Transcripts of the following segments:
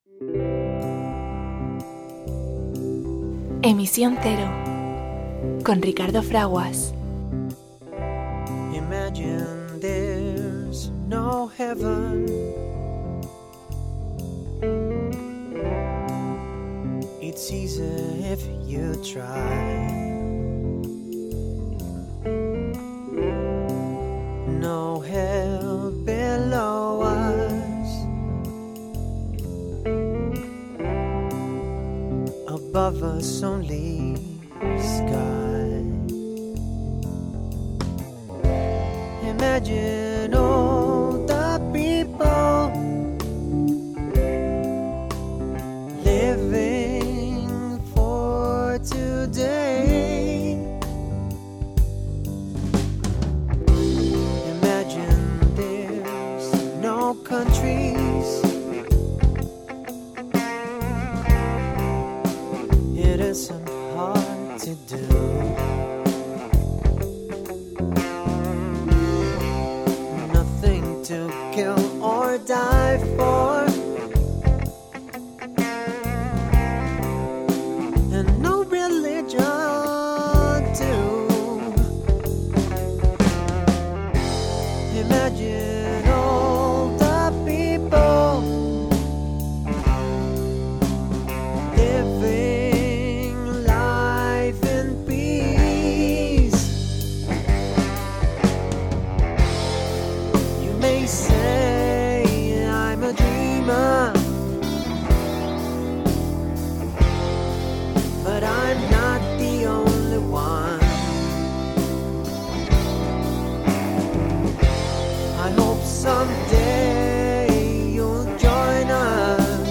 Emisión Cero, con Ricardo Fraguas. Imagine there's no heaven. It's easy if you try. No hell below us. Above us only sky. Imagine all the people living for today. Imagine there's no countries. It isn't hard to do. Nothing to kill or die for, and no religion too. Imagine all the people living life in peace. You may say I'm a dreamer, but I'm not the only one. I hope someday you'll join us,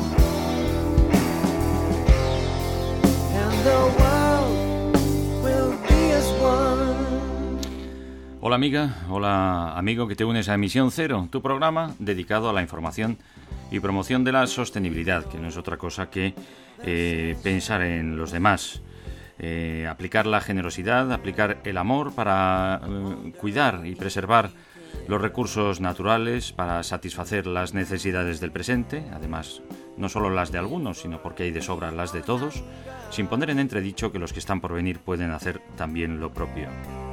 and the world will be as one. Hola amiga, hola amigo que te unes a Emisión Cero, tu programa dedicado a la información y promoción de la sostenibilidad, que no es otra cosa que pensar en los demás, aplicar la generosidad, aplicar el amor para cuidar y preservar los recursos naturales, para satisfacer las necesidades del presente, además no solo las de algunos, sino porque hay de sobra las de todos, sin poner en entredicho que los que están por venir pueden hacer también lo propio.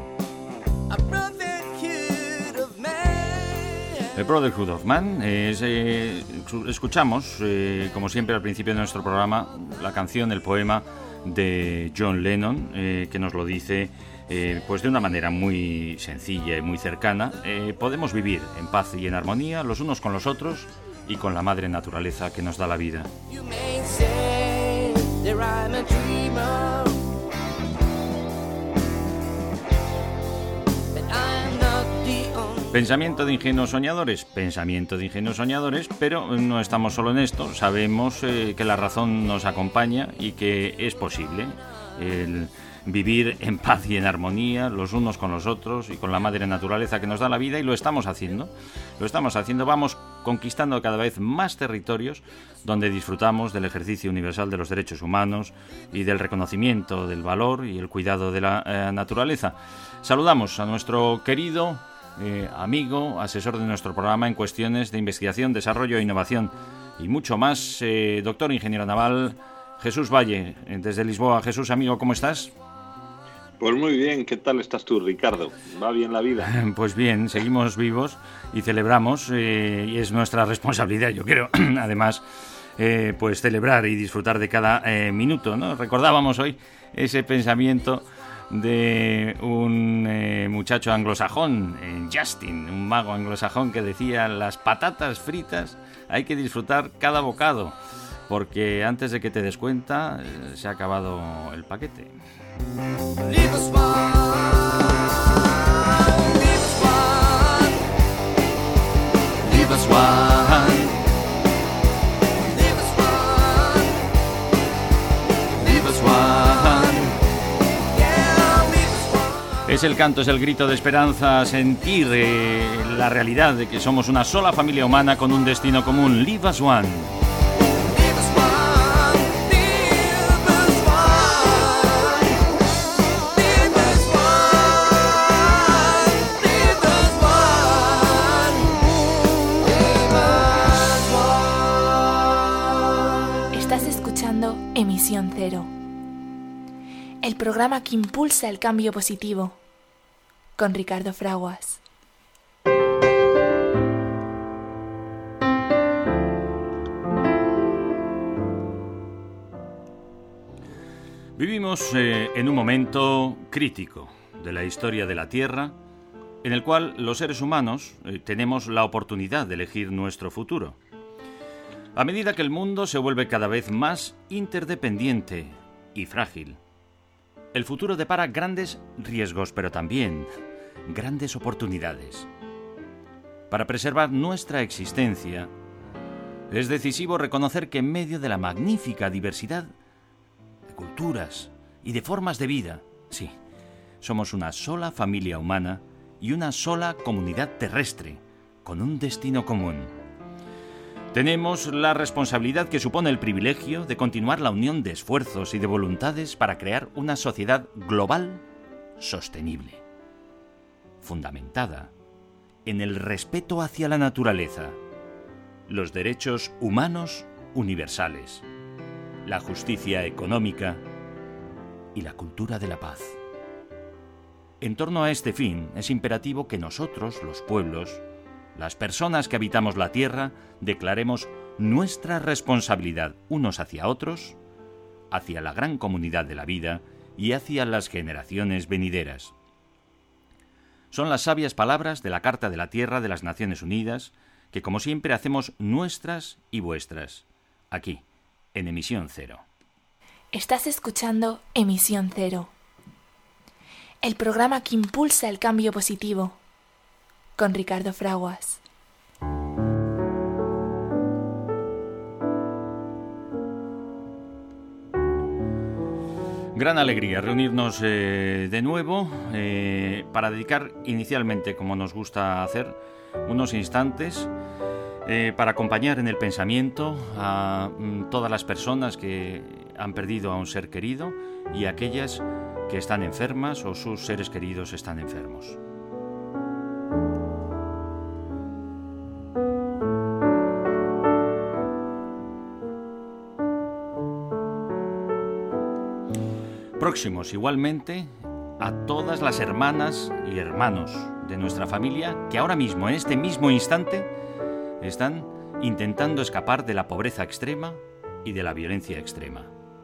El Brotherhood of Man es, escuchamos, como siempre al principio de nuestro programa, la canción, el poema de John Lennon, que nos lo dice pues de una manera muy sencilla y muy cercana. Podemos vivir en paz y en armonía los unos con los otros y con la madre naturaleza que nos da la vida. Pensamiento de ingenuos soñadores, pero no estamos solo en esto. Sabemos que la razón nos acompaña y que es posible el vivir en paz y en armonía los unos con los otros y con la madre naturaleza que nos da la vida, y lo estamos haciendo, vamos conquistando cada vez más territorios donde disfrutamos del ejercicio universal de los derechos humanos y del reconocimiento del valor y el cuidado de la naturaleza. Saludamos a nuestro querido amigo, asesor de nuestro programa en cuestiones de investigación, desarrollo e innovación y mucho más, doctor ingeniero naval Jesús Valle, desde Lisboa. Jesús, amigo, ¿cómo estás? Pues muy bien, ¿qué tal estás tú, Ricardo? ¿Va bien la vida? Pues bien, seguimos vivos y celebramos, y es nuestra responsabilidad, yo creo, además, pues celebrar y disfrutar de cada minuto, ¿no? Recordábamos hoy ese pensamiento de un muchacho anglosajón, Justin, un mago anglosajón, que decía: las patatas fritas hay que disfrutar cada bocado, porque antes de que te des cuenta se ha acabado el paquete. Leave us one, leave us one, leave us one, leave us one, leave us one, yeah, leave us one. Es el canto, es el grito de esperanza, sentir la realidad de que somos una sola familia humana con un destino común. Leave us one. Estás escuchando Emisión Cero, el programa que impulsa el cambio positivo, con Ricardo Fraguas. Vivimos en un momento crítico de la historia de la Tierra, en el cual los seres humanos tenemos la oportunidad de elegir nuestro futuro. A medida que el mundo se vuelve cada vez más interdependiente y frágil, el futuro depara grandes riesgos, pero también grandes oportunidades. Para preservar nuestra existencia, es decisivo reconocer que en medio de la magnífica diversidad de culturas y de formas de vida, sí, somos una sola familia humana y una sola comunidad terrestre, con un destino común. Tenemos la responsabilidad que supone el privilegio de continuar la unión de esfuerzos y de voluntades para crear una sociedad global sostenible, fundamentada en el respeto hacia la naturaleza, los derechos humanos universales, la justicia económica y la cultura de la paz. En torno a este fin, es imperativo que nosotros, los pueblos, las personas que habitamos la Tierra, declaremos nuestra responsabilidad unos hacia otros, hacia la gran comunidad de la vida y hacia las generaciones venideras. Son las sabias palabras de la Carta de la Tierra de las Naciones Unidas, que como siempre hacemos nuestras y vuestras, aquí, en Emisión Cero. Estás escuchando Emisión Cero, el programa que impulsa el cambio positivo, con Ricardo Fraguas. Gran alegría reunirnos de nuevo para dedicar inicialmente, como nos gusta hacer, unos instantes para acompañar en el pensamiento a todas las personas que han perdido a un ser querido y a aquellas que están enfermas o sus seres queridos están enfermos. Próximos igualmente a todas las hermanas y hermanos de nuestra familia que ahora mismo, en este mismo instante, están intentando escapar de la pobreza extrema y de la violencia extrema.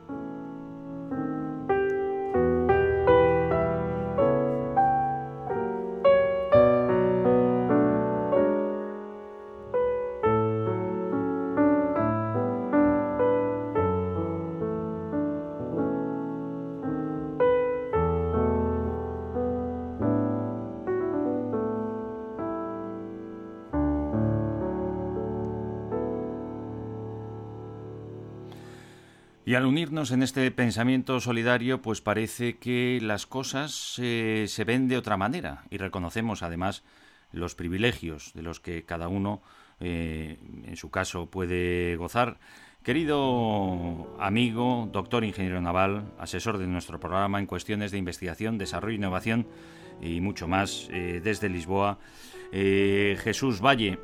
Y al unirnos en este pensamiento solidario, pues parece que las cosas se ven de otra manera y reconocemos además los privilegios de los que cada uno, en su caso, puede gozar. Querido amigo, doctor ingeniero naval, asesor de nuestro programa en cuestiones de investigación, desarrollo, innovación y mucho más desde Lisboa, Jesús Valle,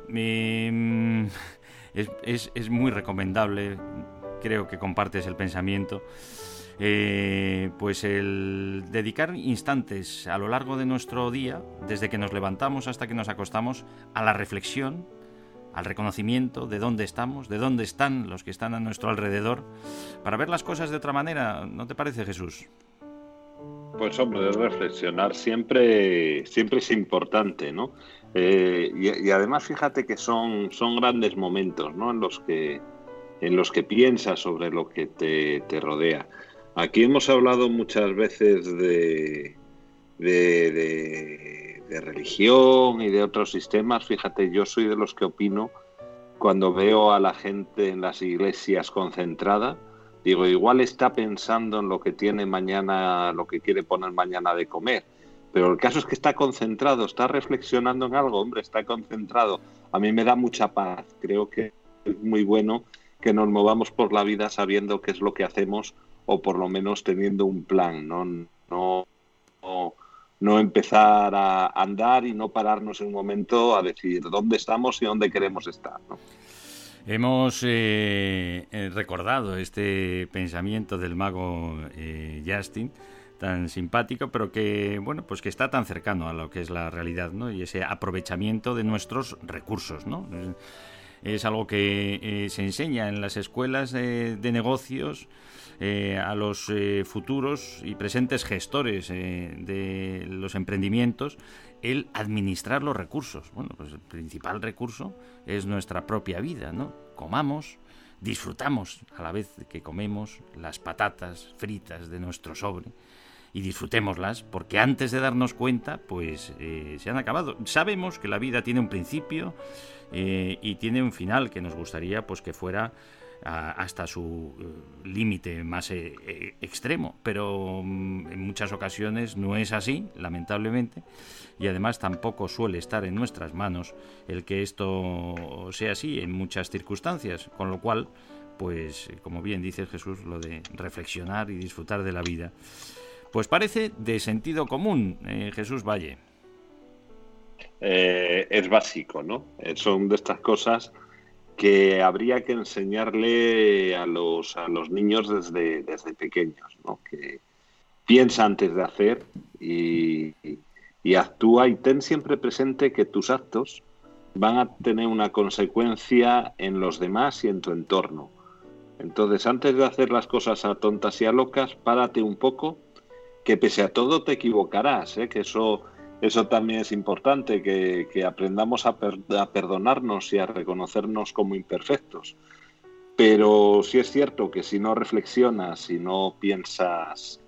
es muy recomendable. Creo que compartes el pensamiento, pues el dedicar instantes a lo largo de nuestro día, desde que nos levantamos hasta que nos acostamos, a la reflexión, al reconocimiento de dónde estamos, de dónde están los que están a nuestro alrededor, para ver las cosas de otra manera. ¿No te parece, Jesús? Pues hombre, reflexionar siempre es importante, ¿no? Y además fíjate que son grandes momentos, ¿no? En los que piensas sobre lo que te rodea. Aquí hemos hablado muchas veces de religión y de otros sistemas. Fíjate, yo soy de los que opino, cuando veo a la gente en las iglesias concentrada, digo, igual está pensando en lo que tiene mañana, lo que quiere poner mañana de comer. Pero el caso es que está concentrado, está reflexionando en algo, hombre, está concentrado. A mí me da mucha paz. Creo que es muy bueno que nos movamos por la vida sabiendo qué es lo que hacemos, o por lo menos teniendo un plan, no empezar a andar y no pararnos en un momento a decir dónde estamos y dónde queremos estar, ¿no? Hemos recordado este pensamiento del mago Justin, tan simpático, pero que, bueno, pues que está tan cercano a lo que es la realidad, ¿no? Y ese aprovechamiento de nuestros recursos, ¿no? Es algo que se enseña en las escuelas de negocios a los futuros y presentes gestores de los emprendimientos, el administrar los recursos. Bueno, pues el principal recurso es nuestra propia vida, ¿no? Comamos, disfrutamos a la vez que comemos las patatas fritas de nuestro sobre y disfrutémoslas, porque antes de darnos cuenta, pues se han acabado. Sabemos que la vida tiene un principio y tiene un final que nos gustaría pues que fuera hasta su límite más extremo, pero en muchas ocasiones no es así, lamentablemente, y además tampoco suele estar en nuestras manos el que esto sea así en muchas circunstancias, con lo cual, pues como bien dice Jesús, lo de reflexionar y disfrutar de la vida, pues parece de sentido común, Jesús Valle. Es básico, ¿no? Son de estas cosas que habría que enseñarle a los niños desde pequeños, ¿no? Que piensa antes de hacer y actúa, y ten siempre presente que tus actos van a tener una consecuencia en los demás y en tu entorno. Entonces, antes de hacer las cosas a tontas y a locas, párate un poco, que pese a todo te equivocarás, ¿eh? Que eso también es importante, que aprendamos a perdonarnos y a reconocernos como imperfectos. Pero sí es cierto que si no reflexionas, si no piensas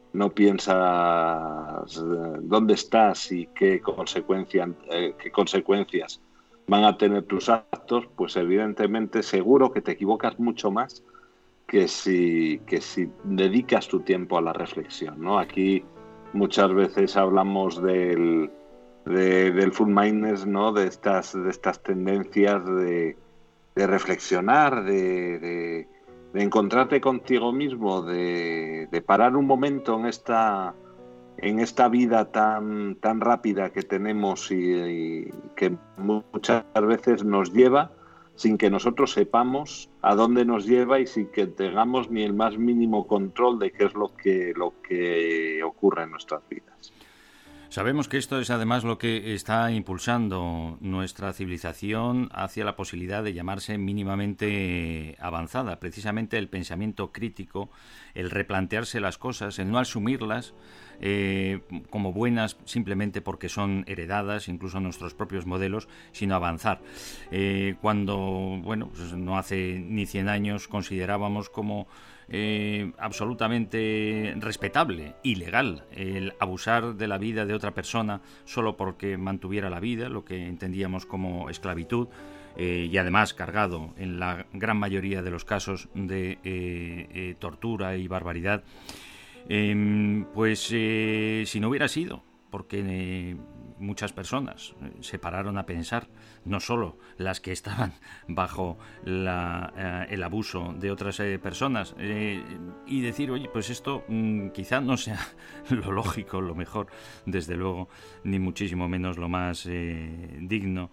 dónde estás y qué consecuencias van a tener tus actos, pues evidentemente seguro que te equivocas mucho más que si dedicas tu tiempo a la reflexión, ¿no? Aquí muchas veces hablamos del full mindedness, ¿no? De estas tendencias de reflexionar, de encontrarte contigo mismo, de parar un momento en esta vida tan rápida que tenemos y que muchas veces nos lleva sin que nosotros sepamos a dónde nos lleva y sin que tengamos ni el más mínimo control de qué es lo que ocurre en nuestras vidas. Sabemos que esto es además lo que está impulsando nuestra civilización hacia la posibilidad de llamarse mínimamente avanzada. Precisamente el pensamiento crítico, el replantearse las cosas, el no asumirlas como buenas simplemente porque son heredadas, incluso nuestros propios modelos, sino avanzar. Cuando, bueno, pues no hace ni 100 años considerábamos como absolutamente respetable, ilegal, el abusar de la vida de otra persona solo porque mantuviera la vida, lo que entendíamos como esclavitud, y además cargado en la gran mayoría de los casos de tortura y barbaridad, pues si no hubiera sido porque muchas personas se pararon a pensar, no solo las que estaban bajo el abuso de otras personas, y decir, oye, pues esto quizá no sea lo lógico, lo mejor, desde luego, ni muchísimo menos lo más digno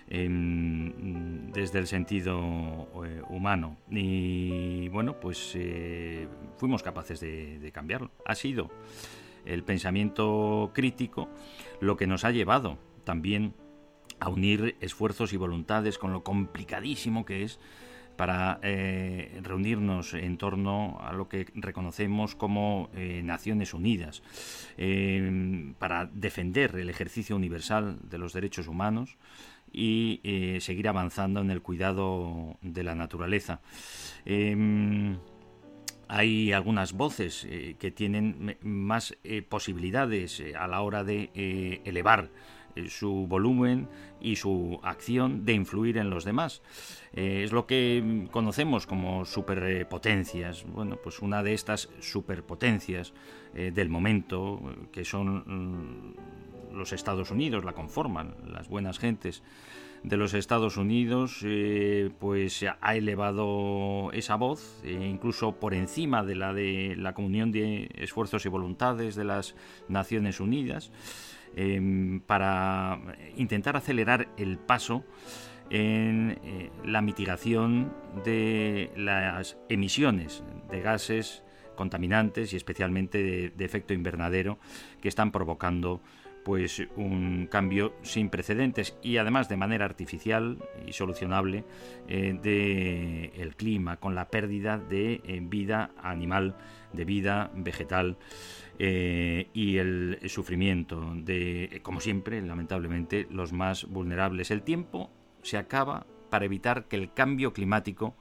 desde el sentido humano. Y bueno, pues fuimos capaces de cambiarlo. Ha sido el pensamiento crítico lo que nos ha llevado también a unir esfuerzos y voluntades con lo complicadísimo que es para reunirnos en torno a lo que reconocemos como Naciones Unidas, para defender el ejercicio universal de los derechos humanos y seguir avanzando en el cuidado de la naturaleza. Hay algunas voces que tienen más posibilidades a la hora de elevar su volumen y su acción de influir en los demás. Es lo que conocemos como superpotencias. Bueno, pues una de estas superpotencias del momento, que son los Estados Unidos, la conforman las buenas gentes de los Estados Unidos, pues ha elevado esa voz, incluso por encima de la comunión de esfuerzos y voluntades de las Naciones Unidas, para intentar acelerar el paso en la mitigación de las emisiones de gases contaminantes y especialmente de efecto invernadero que están provocando pues un cambio sin precedentes y además de manera artificial y solucionable del clima, con la pérdida de vida animal, de vida vegetal y el sufrimiento de, como siempre, lamentablemente, los más vulnerables. El tiempo se acaba para evitar que el cambio climático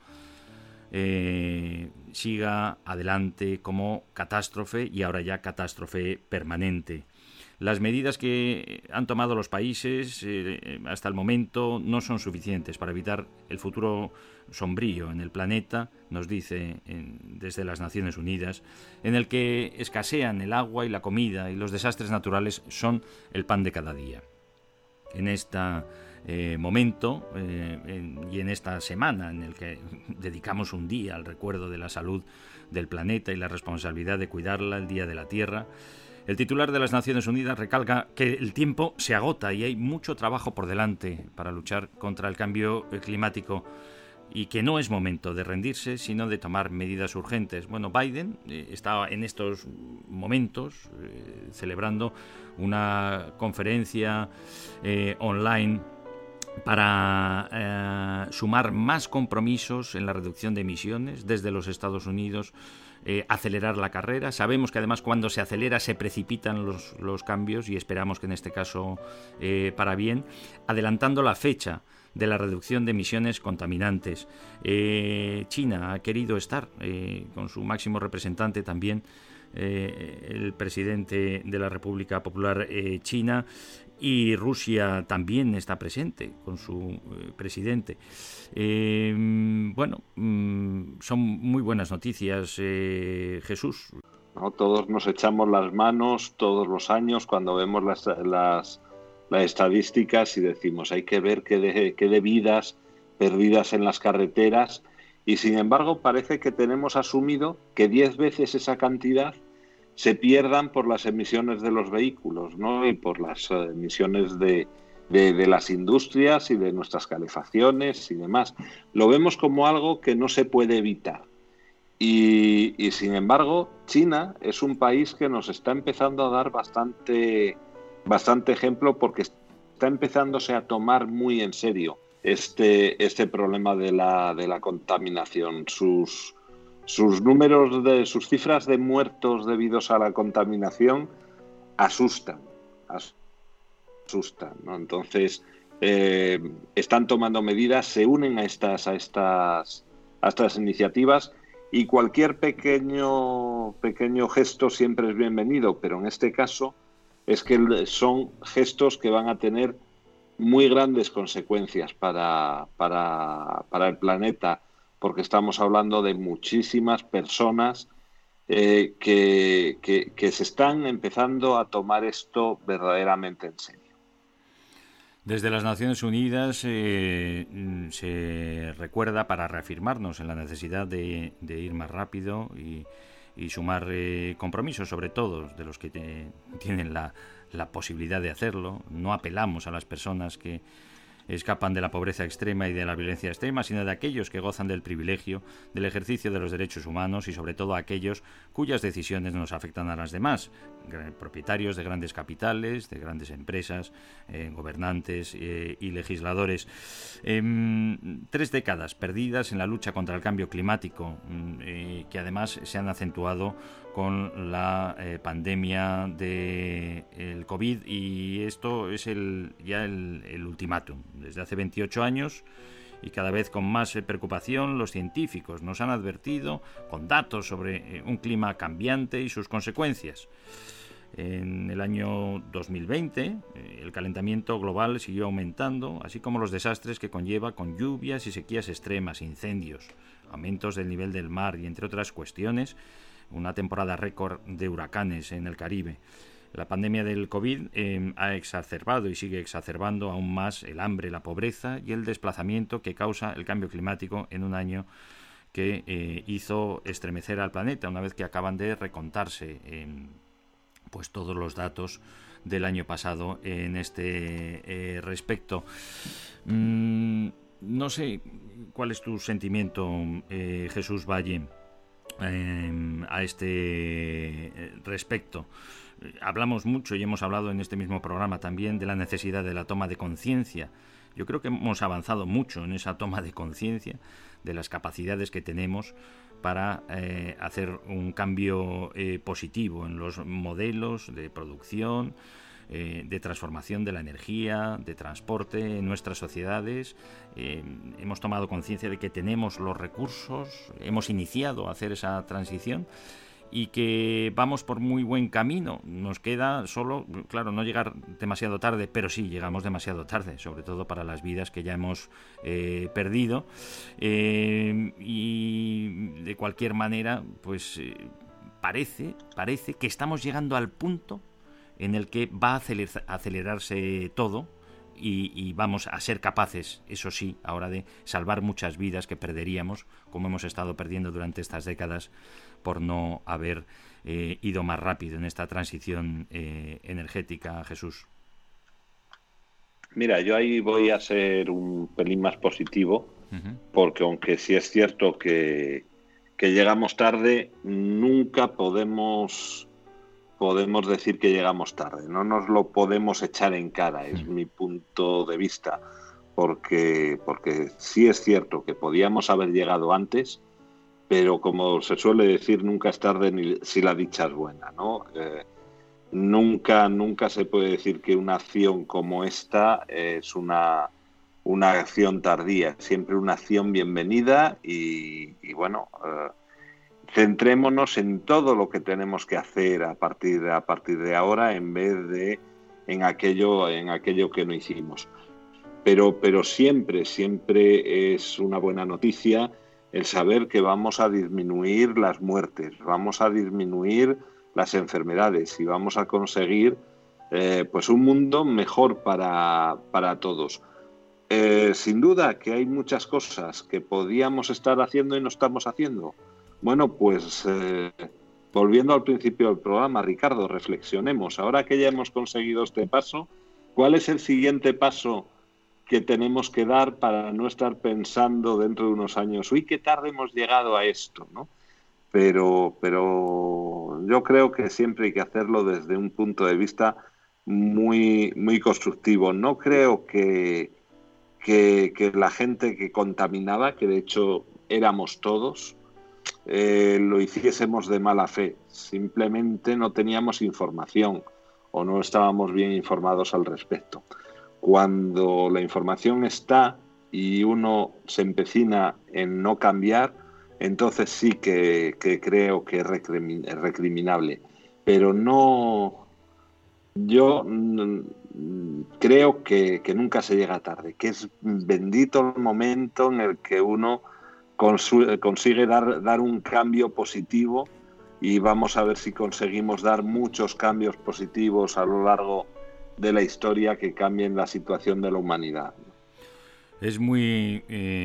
siga adelante como catástrofe y ahora ya catástrofe permanente. Las medidas que han tomado los países hasta el momento no son suficientes para evitar el futuro sombrío en el planeta, nos dice desde las Naciones Unidas, en el que escasean el agua y la comida y los desastres naturales son el pan de cada día. En este momento y en esta semana en el que dedicamos un día al recuerdo de la salud del planeta y la responsabilidad de cuidarla, el Día de la Tierra, el titular de las Naciones Unidas recalca que el tiempo se agota y hay mucho trabajo por delante para luchar contra el cambio climático y que no es momento de rendirse, sino de tomar medidas urgentes. Bueno, Biden está en estos momentos celebrando una conferencia online para sumar más compromisos en la reducción de emisiones desde los Estados Unidos, acelerar la carrera. Sabemos que además cuando se acelera se precipitan los cambios y esperamos que en este caso para bien, adelantando la fecha de la reducción de emisiones contaminantes. China ha querido estar con su máximo representante también, el presidente de la República Popular China, y Rusia también está presente con su presidente. Bueno, son muy buenas noticias, Jesús. ¿No? Todos nos echamos las manos todos los años cuando vemos las estadísticas y decimos hay que ver qué de vidas perdidas en las carreteras, y sin embargo parece que tenemos asumido que 10 veces esa cantidad se pierdan por las emisiones de los vehículos, ¿no? Y por las emisiones de las industrias y de nuestras calefacciones y demás. Lo vemos como algo que no se puede evitar. Y sin embargo, China es un país que nos está empezando a dar bastante ejemplo, porque está empezándose a tomar muy en serio este problema de la contaminación. Sus números, sus cifras de muertos debidos a la contaminación asustan, ¿no? Entonces, están tomando medidas, se unen a estas iniciativas, y cualquier pequeño gesto siempre es bienvenido, pero en este caso es que son gestos que van a tener muy grandes consecuencias para el planeta, porque estamos hablando de muchísimas personas que se están empezando a tomar esto verdaderamente en serio. Desde las Naciones Unidas se recuerda, para reafirmarnos en la necesidad de ir más rápido y sumar compromisos, sobre todo de los que tienen la posibilidad de hacerlo. No apelamos a las personas que escapan de la pobreza extrema y de la violencia extrema, sino de aquellos que gozan del privilegio del ejercicio de los derechos humanos, y sobre todo a aquellos cuyas decisiones nos afectan a las demás, propietarios de grandes capitales, de grandes empresas, gobernantes y legisladores. 3 décadas perdidas en la lucha contra el cambio climático, que además se han acentuado con la pandemia del COVID, y esto es ya el ultimátum. Desde hace 28 años, y cada vez con más preocupación, los científicos nos han advertido con datos sobre un clima cambiante y sus consecuencias. En el año 2020, el calentamiento global siguió aumentando, así como los desastres que conlleva, con lluvias y sequías extremas, incendios, aumentos del nivel del mar y, entre otras cuestiones, una temporada récord de huracanes en el Caribe. La pandemia del COVID ha exacerbado y sigue exacerbando aún más el hambre, la pobreza y el desplazamiento que causa el cambio climático en un año que hizo estremecer al planeta, una vez que acaban de recontarse pues todos los datos del año pasado en este respecto. No sé cuál es tu sentimiento, Jesús Valle, a este respecto. Hablamos mucho y hemos hablado en este mismo programa también de la necesidad de la toma de conciencia. Yo creo que hemos avanzado mucho en esa toma de conciencia de las capacidades que tenemos para hacer un cambio positivo en los modelos de producción, de transformación de la energía, de transporte en nuestras sociedades. Hemos tomado conciencia de que tenemos los recursos, hemos iniciado a hacer esa transición y que vamos por muy buen camino. Nos queda solo, claro, no llegar demasiado tarde, pero sí llegamos demasiado tarde, sobre todo para las vidas que ya hemos perdido, y de cualquier manera, pues parece que estamos llegando al punto en el que va a acelerarse todo y vamos a ser capaces, eso sí, ahora de salvar muchas vidas que perderíamos, como hemos estado perdiendo durante estas décadas por no haber ido más rápido en esta transición energética, Jesús. Mira, yo ahí voy a ser un pelín más positivo, porque aunque sí es cierto que llegamos tarde, nunca podemos decir que llegamos tarde, no nos lo podemos echar en cara, es mi punto de vista, porque sí es cierto que podíamos haber llegado antes, pero como se suele decir, nunca es tarde ni si la dicha es buena, ¿no? Nunca se puede decir que una acción como esta es una acción tardía, siempre una acción bienvenida y bueno, centrémonos en todo lo que tenemos que hacer a partir de ahora en vez de en aquello que no hicimos. Pero siempre es una buena noticia el saber que vamos a disminuir las muertes, vamos a disminuir las enfermedades y vamos a conseguir pues un mundo mejor para todos. Sin duda que hay muchas cosas que podíamos estar haciendo y no estamos haciendo. Bueno, pues volviendo al principio del programa, Ricardo, reflexionemos. Ahora que ya hemos conseguido este paso, ¿cuál es el siguiente paso que tenemos que dar para no estar pensando dentro de unos años, uy, qué tarde hemos llegado a esto, ¿no? Pero yo creo que siempre hay que hacerlo desde un punto de vista muy, muy constructivo. No creo que la gente que contaminaba, que de hecho éramos todos, lo hiciésemos de mala fe. Simplemente no teníamos información o no estábamos bien informados al respecto. Cuando la información está y uno se empecina en no cambiar, entonces sí que creo que es recriminable. Pero no, yo creo que nunca se llega tarde, que es bendito el momento en el que uno consigue dar un cambio positivo, y vamos a ver si conseguimos dar muchos cambios positivos a lo largo de la historia que cambien la situación de la humanidad. Es muy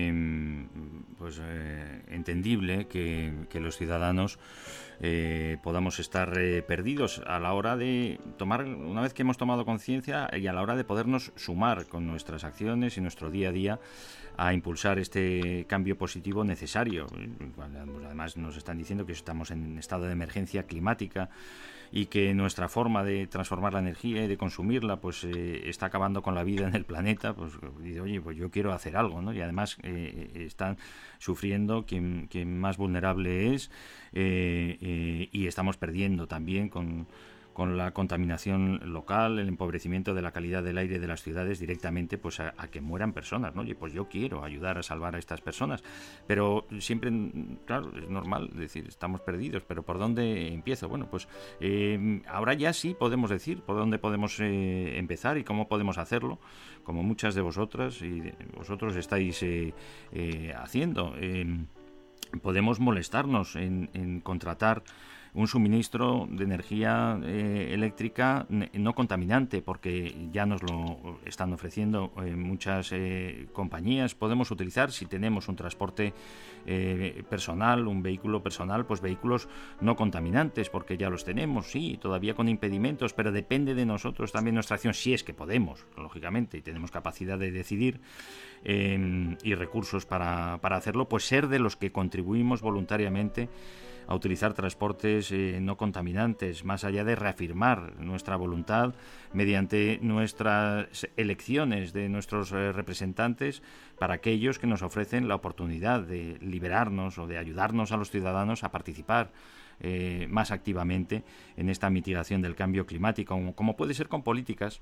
entendible que los ciudadanos podamos estar perdidos a la hora de tomar, una vez que hemos tomado conciencia, y a la hora de podernos sumar con nuestras acciones y nuestro día a día a impulsar este cambio positivo necesario. Además nos están diciendo que estamos en estado de emergencia climática y que nuestra forma de transformar la energía y de consumirla pues está acabando con la vida en el planeta. Pues dice, oye, pues yo quiero hacer algo, ¿no? Y además están sufriendo quien más vulnerable es, y estamos perdiendo también con la contaminación local, el empobrecimiento de la calidad del aire de las ciudades, directamente pues a que mueran personas, ¿no? Oye, pues yo quiero ayudar a salvar a estas personas, pero siempre, claro, es normal decir, estamos perdidos, pero ¿por dónde empiezo? Bueno, pues ahora ya sí podemos decir por dónde podemos empezar y cómo podemos hacerlo, como muchas de vosotras y de vosotros estáis haciendo. Podemos molestarnos en contratar un suministro de energía eléctrica no contaminante, porque ya nos lo están ofreciendo muchas compañías. Podemos utilizar, si tenemos un transporte personal, un vehículo personal, pues vehículos no contaminantes, porque ya los tenemos, sí, todavía con impedimentos, pero depende de nosotros también nuestra acción, si es que podemos, lógicamente, y tenemos capacidad de decidir y recursos para hacerlo, pues ser de los que contribuimos voluntariamente a utilizar transportes no contaminantes, más allá de reafirmar nuestra voluntad mediante nuestras elecciones de nuestros representantes para aquellos que nos ofrecen la oportunidad de liberarnos o de ayudarnos a los ciudadanos a participar más activamente en esta mitigación del cambio climático, como puede ser con políticas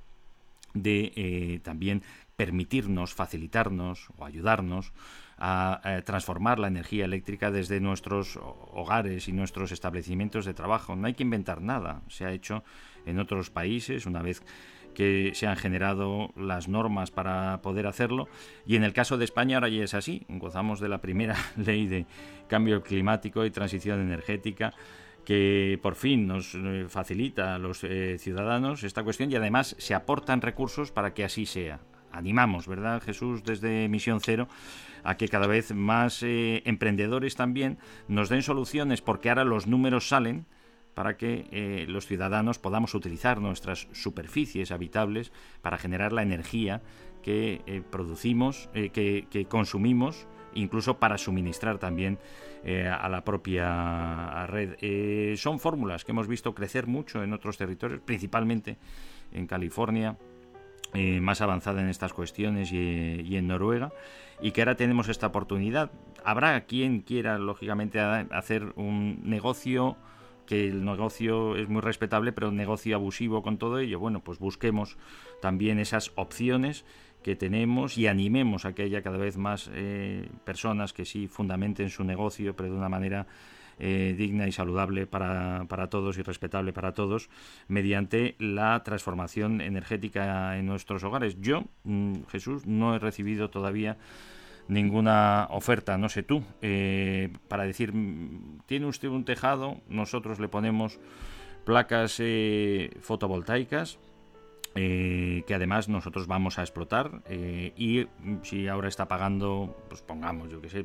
de también permitirnos, facilitarnos o ayudarnos a transformar la energía eléctrica desde nuestros hogares y nuestros establecimientos de trabajo. No hay que inventar nada, se ha hecho en otros países una vez que se han generado las normas para poder hacerlo, y en el caso de España ahora ya es así. Gozamos de la primera ley de cambio climático y transición energética que por fin nos facilita a los ciudadanos esta cuestión, y además se aportan recursos para que así sea. Animamos, ¿verdad, Jesús, desde Misión Cero, a que cada vez más emprendedores también nos den soluciones, porque ahora los números salen para que los ciudadanos podamos utilizar nuestras superficies habitables para generar la energía que producimos, que consumimos, incluso para suministrar también a la propia red. Son fórmulas que hemos visto crecer mucho en otros territorios, principalmente en California, más avanzada en estas cuestiones, y en Noruega, y que ahora tenemos esta oportunidad. Habrá quien quiera, lógicamente, hacer un negocio, que el negocio es muy respetable, pero un negocio abusivo con todo ello. Bueno, pues busquemos también esas opciones que tenemos y animemos a que haya cada vez más personas que sí fundamenten su negocio, pero de una manera digna y saludable para todos y respetable para todos, mediante la transformación energética en nuestros hogares. Yo, Jesús, no he recibido todavía ninguna oferta, no sé tú, para decir, tiene usted un tejado, nosotros le ponemos placas fotovoltaicas, que además nosotros vamos a explotar, y si ahora está pagando, pues pongamos, yo que sé,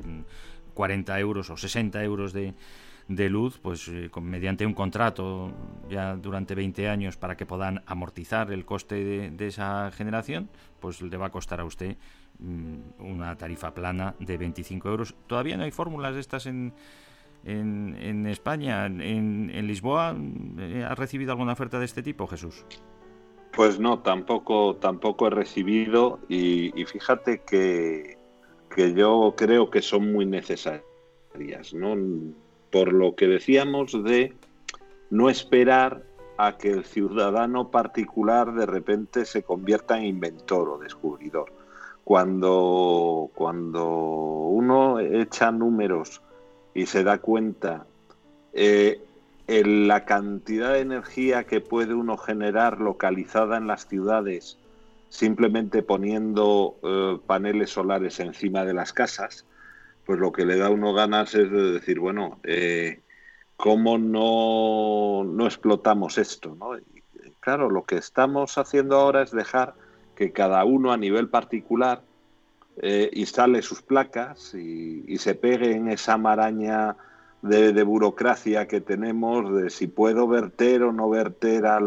40 euros o 60 euros de luz, pues mediante un contrato ya durante 20 años para que puedan amortizar el coste de esa generación, pues le va a costar a usted una tarifa plana de 25 euros. Todavía no hay fórmulas de estas en España. ¿En Lisboa has recibido alguna oferta de este tipo, Jesús? Pues no, tampoco he recibido, y fíjate que yo creo que son muy necesarias, ¿no? Por lo que decíamos de no esperar a que el ciudadano particular de repente se convierta en inventor o descubridor. Cuando uno echa números y se da cuenta en la cantidad de energía que puede uno generar localizada en las ciudades simplemente poniendo paneles solares encima de las casas, pues lo que le da a uno ganas es de decir, bueno, ¿cómo no explotamos esto, ¿no? Y, claro, lo que estamos haciendo ahora es dejar que cada uno a nivel particular instale sus placas y se pegue en esa maraña de burocracia que tenemos de si puedo verter o no verter a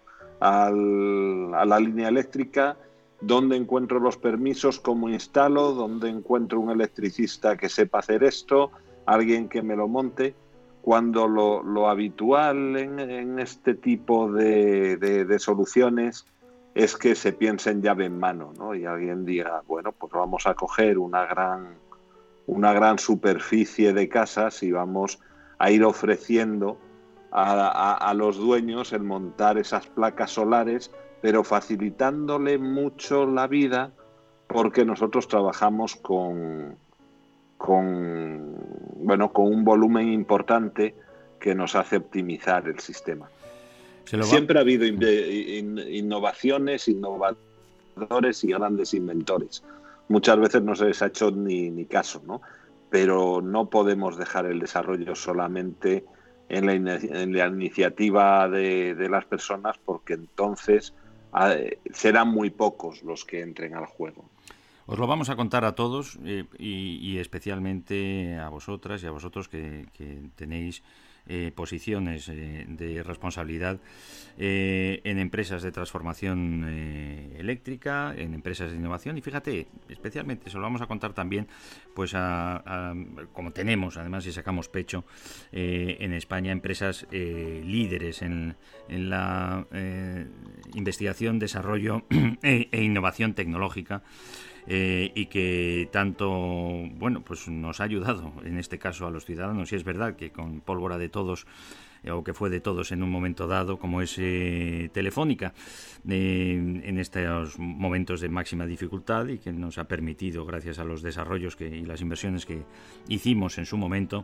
la línea eléctrica, dónde encuentro los permisos, cómo instalo, dónde encuentro un electricista que sepa hacer esto, alguien que me lo monte, cuando lo habitual en este tipo de soluciones es que se piense en llave en mano, ¿no? Y alguien diga, bueno, pues vamos a coger una gran superficie de casas y vamos a ir ofreciendo a los dueños el montar esas placas solares, pero facilitándole mucho la vida, porque nosotros trabajamos con un volumen importante que nos hace optimizar el sistema. Siempre ha habido innovaciones, innovadores y grandes inventores. Muchas veces no se les ha hecho ni caso, ¿no? Pero no podemos dejar el desarrollo solamente en la iniciativa de las personas, porque entonces serán muy pocos los que entren al juego. Os lo vamos a contar a todos y especialmente a vosotras y a vosotros que tenéis posiciones de responsabilidad en empresas de transformación eléctrica, en empresas de innovación, y fíjate, especialmente se lo vamos a contar también, pues como tenemos además y sacamos pecho en España, empresas líderes en la investigación, desarrollo e innovación tecnológica. Y que tanto, bueno, pues nos ha ayudado en este caso a los ciudadanos, y es verdad que con pólvora de todos, o que fue de todos en un momento dado, como es Telefónica, en estos momentos de máxima dificultad, y que nos ha permitido, gracias a los desarrollos y las inversiones que hicimos en su momento,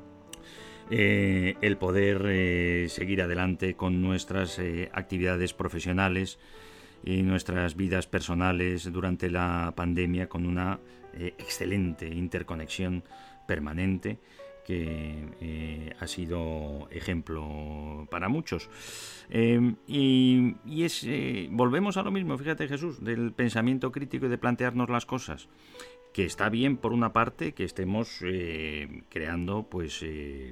el poder seguir adelante con nuestras actividades profesionales y nuestras vidas personales durante la pandemia, con una excelente interconexión permanente que ha sido ejemplo para muchos. Volvemos a lo mismo, fíjate, Jesús, del pensamiento crítico y de plantearnos las cosas, que está bien por una parte que estemos creando pues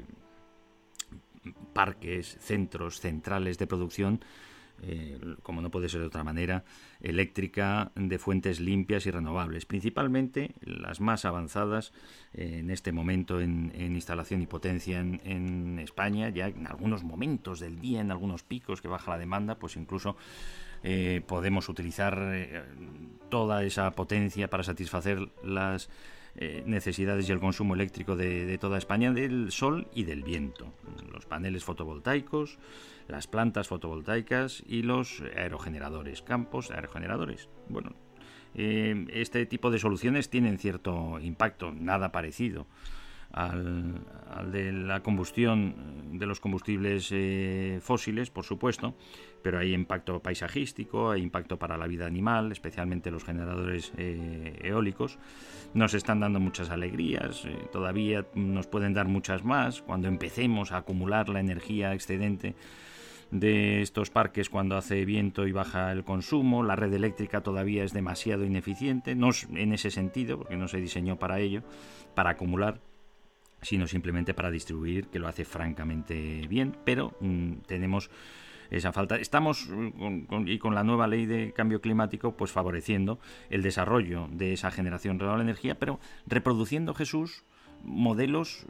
parques, centros, centrales de producción, como no puede ser de otra manera, eléctrica, de fuentes limpias y renovables, principalmente las más avanzadas en este momento en instalación y potencia en España. Ya en algunos momentos del día, en algunos picos que baja la demanda, pues incluso podemos utilizar toda esa potencia para satisfacer las necesidades y el consumo eléctrico de toda España, del sol y del viento, los paneles fotovoltaicos, las plantas fotovoltaicas y los aerogeneradores, campos aerogeneradores. Bueno, este tipo de soluciones tienen cierto impacto, nada parecido al de la combustión de los combustibles fósiles, por supuesto, pero hay impacto paisajístico, hay impacto para la vida animal, especialmente los generadores eólicos. Nos están dando muchas alegrías, todavía nos pueden dar muchas más cuando empecemos a acumular la energía excedente de estos parques cuando hace viento y baja el consumo. La red eléctrica todavía es demasiado ineficiente, no en ese sentido, porque no se diseñó para ello, para acumular, sino simplemente para distribuir, que lo hace francamente bien, pero tenemos esa falta. Estamos con la nueva ley de cambio climático pues favoreciendo el desarrollo de esa generación renovable de energía, pero reproduciendo, Jesús, modelos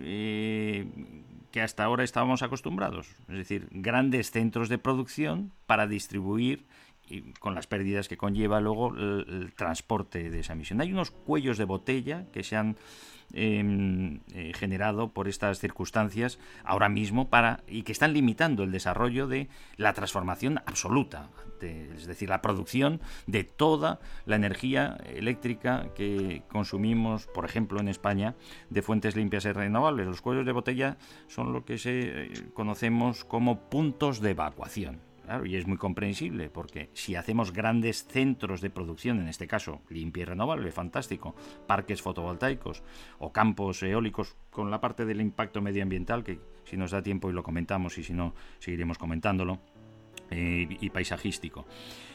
que hasta ahora estábamos acostumbrados, es decir, grandes centros de producción para distribuir, y con las pérdidas que conlleva luego el transporte de esa emisión. Hay unos cuellos de botella que se han generado por estas circunstancias ahora mismo y que están limitando el desarrollo de la transformación absoluta, es decir, la producción de toda la energía eléctrica que consumimos, por ejemplo, en España, de fuentes limpias y renovables. Los cuellos de botella son lo que conocemos como puntos de evacuación. Claro, y es muy comprensible, porque si hacemos grandes centros de producción, en este caso limpia y renovable, fantástico, parques fotovoltaicos o campos eólicos, con la parte del impacto medioambiental, que si nos da tiempo y lo comentamos, y si no, seguiremos comentándolo, y paisajístico,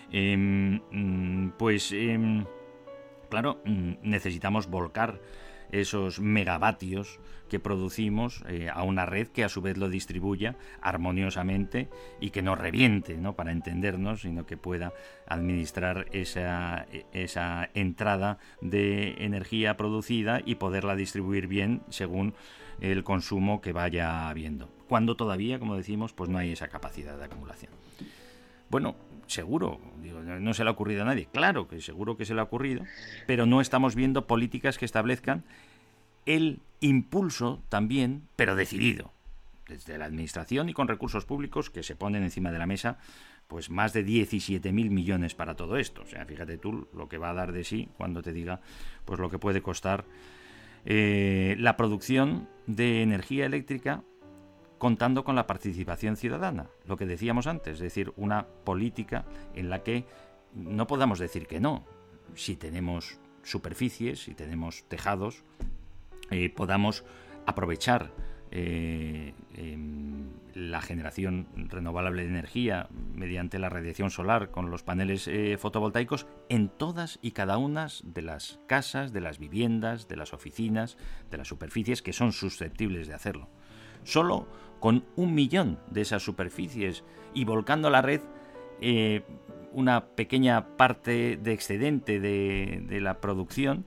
claro, necesitamos volcar esos megavatios que producimos a una red que a su vez lo distribuya armoniosamente y que no reviente, ¿no?, para entendernos, sino que pueda administrar esa entrada de energía producida y poderla distribuir bien según el consumo que vaya habiendo, cuando todavía, como decimos, pues no hay esa capacidad de acumulación. Bueno, seguro, no se le ha ocurrido a nadie, claro que seguro que se le ha ocurrido, pero no estamos viendo políticas que establezcan el impulso también, pero decidido, desde la administración y con recursos públicos que se ponen encima de la mesa, pues más de 17.000 millones para todo esto. O sea, fíjate tú lo que va a dar de sí cuando te diga pues lo que puede costar la producción de energía eléctrica, contando con la participación ciudadana, lo que decíamos antes, es decir, una política en la que no podamos decir que no. Si tenemos superficies, si tenemos tejados, podamos aprovechar la generación renovable de energía mediante la radiación solar con los paneles fotovoltaicos en todas y cada una de las casas, de las viviendas, de las oficinas, de las superficies que son susceptibles de hacerlo. Solo con 1 millón de esas superficies y volcando a la red una pequeña parte de excedente de la producción,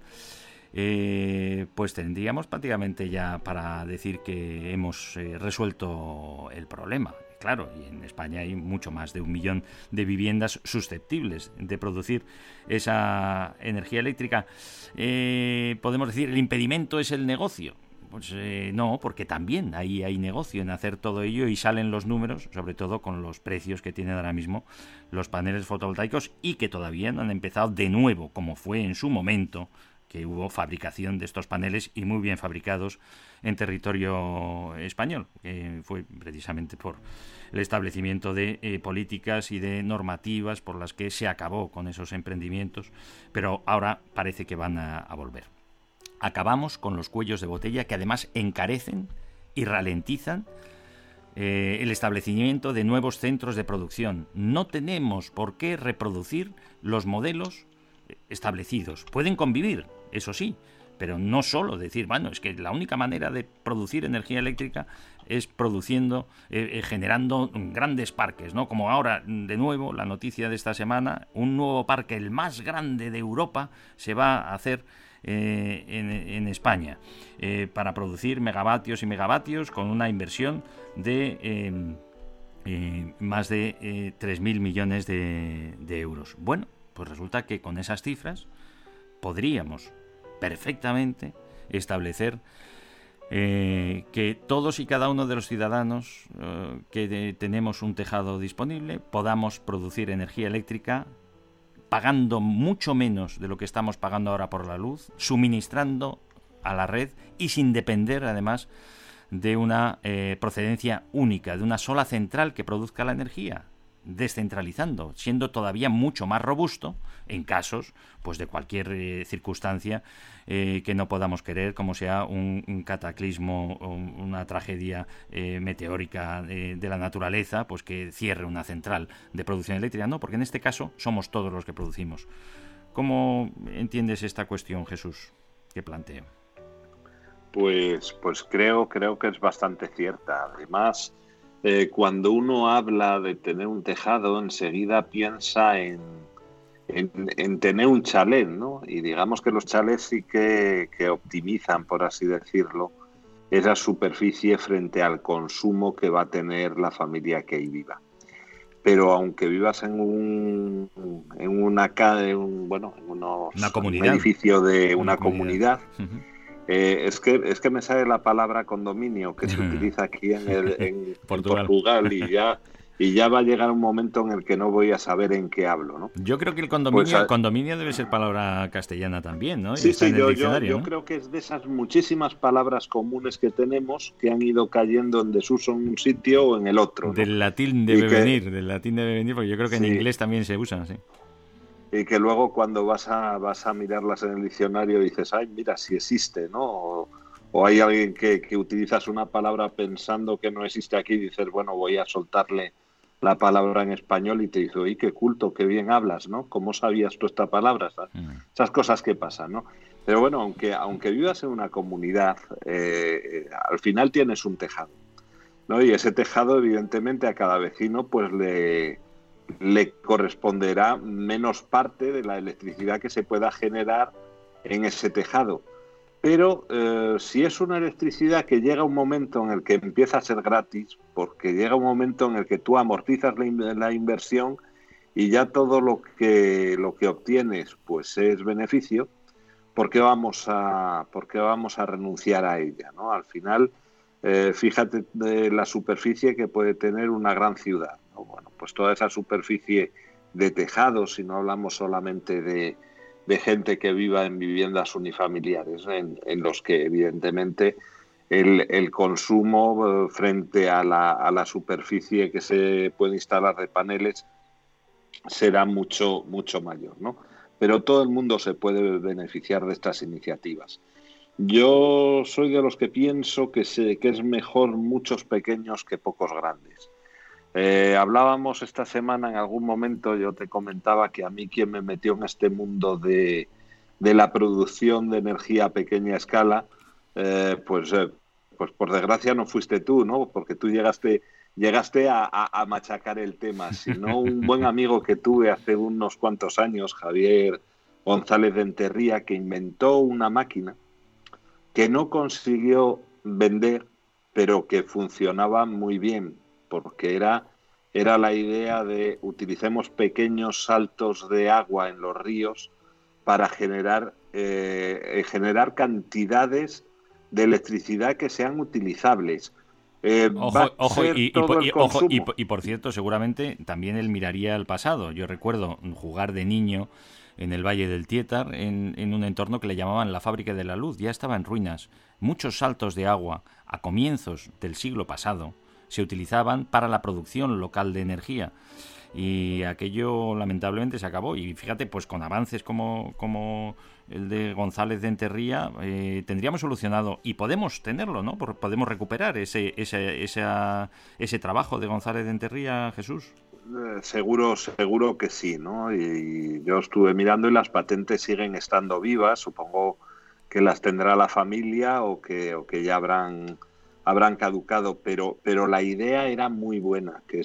pues tendríamos prácticamente ya para decir que hemos resuelto el problema. Claro, y en España hay mucho más de 1 millón de viviendas susceptibles de producir esa energía eléctrica. Podemos decir, ¿el impedimento es el negocio? Pues no, porque también ahí hay negocio en hacer todo ello y salen los números, sobre todo con los precios que tienen ahora mismo los paneles fotovoltaicos y que todavía no han empezado de nuevo, como fue en su momento, que hubo fabricación de estos paneles y muy bien fabricados en territorio español, que fue precisamente por el establecimiento de políticas y de normativas por las que se acabó con esos emprendimientos, pero ahora parece que van a volver. Acabamos con los cuellos de botella que además encarecen y ralentizan el establecimiento de nuevos centros de producción. No tenemos por qué reproducir los modelos establecidos. Pueden convivir, eso sí, pero no solo decir, bueno, es que la única manera de producir energía eléctrica es produciendo, generando grandes parques, ¿no? Como ahora, de nuevo, la noticia de esta semana, un nuevo parque, el más grande de Europa, se va a hacer en España para producir megavatios y megavatios con una inversión de más de 3.000 millones de euros. Bueno, pues resulta que con esas cifras podríamos perfectamente establecer que todos y cada uno de los ciudadanos que tenemos un tejado disponible podamos producir energía eléctrica pagando mucho menos de lo que estamos pagando ahora por la luz, suministrando a la red y sin depender además de una procedencia única, de una sola central que produzca la energía, descentralizando, siendo todavía mucho más robusto en casos pues de cualquier circunstancia que no podamos querer, como sea un cataclismo o una tragedia meteórica de la naturaleza, pues que cierre una central de producción eléctrica. No, porque en este caso somos todos los que producimos. ¿Cómo entiendes esta cuestión, Jesús, que planteo? Pues creo que es bastante cierta. Además, cuando uno habla de tener un tejado, enseguida piensa en tener un chalet, ¿no? Y digamos que los chalets sí que optimizan, por así decirlo, esa superficie frente al consumo que va a tener la familia que ahí viva. Pero aunque vivas en un edificio de una comunidad, es que me sale la palabra condominio que se utiliza aquí en Portugal y ya va a llegar un momento en el que no voy a saber en qué hablo, ¿no? Yo creo que el condominio debe ser palabra castellana también, ¿no? Sí, está en el diccionario, ¿no? Creo que es de esas muchísimas palabras comunes que tenemos que han ido cayendo en desuso en un sitio o en el otro, ¿no? Del latín debe venir, porque yo creo que en inglés también se usan, sí. Y que luego cuando vas a mirarlas en el diccionario dices, ay, mira, si existe, ¿no? O hay alguien que utilizas una palabra pensando que no existe aquí y dices, bueno, voy a soltarle la palabra en español y te dice, oye, qué culto, qué bien hablas, ¿no? ¿Cómo sabías tú esta palabra? Esas cosas que pasan, ¿no? Pero bueno, aunque vivas en una comunidad, al final tienes un tejado, ¿no? Y ese tejado, evidentemente, a cada vecino pues le corresponderá menos parte de la electricidad que se pueda generar en ese tejado. Pero si es una electricidad que llega un momento en el que empieza a ser gratis, porque llega un momento en el que tú amortizas la inversión y ya todo lo que obtienes pues es beneficio, ¿por qué vamos a renunciar a ella, ¿no? Al final, fíjate de la superficie que puede tener una gran ciudad, ¿no? Bueno, pues toda esa superficie de tejados, si no hablamos solamente de gente que viva en viviendas unifamiliares, en los que evidentemente el consumo frente a la superficie que se puede instalar de paneles será mucho mayor, ¿no? Pero todo el mundo se puede beneficiar de estas iniciativas. Yo soy de los que pienso que es mejor muchos pequeños que pocos grandes. Hablábamos esta semana en algún momento, yo te comentaba que a mí quien me metió en este mundo de la producción de energía a pequeña escala, pues por desgracia no fuiste tú, ¿no? Porque tú llegaste a machacar el tema, sino un buen amigo que tuve hace unos cuantos años, Javier González de Enterría, que inventó una máquina que no consiguió vender, pero que funcionaba muy bien, porque era la idea de utilicemos pequeños saltos de agua en los ríos para generar cantidades de electricidad que sean utilizables. Va a Ojo, ser todo el consumo. y por cierto, seguramente también él miraría al pasado. Yo recuerdo jugar de niño en el Valle del Tietar, en un entorno que le llamaban la Fábrica de la Luz. Ya estaba en ruinas. Muchos saltos de agua a comienzos del siglo pasado se utilizaban para la producción local de energía. Y aquello lamentablemente se acabó. Y fíjate, pues con avances como el de González de Enterría, tendríamos solucionado, y podemos tenerlo, ¿no? Podemos recuperar ese trabajo de González de Enterría, Jesús. Seguro que sí, ¿no? Y yo estuve mirando y las patentes siguen estando vivas. Supongo que las tendrá la familia o que ya habrán caducado, pero la idea era muy buena, que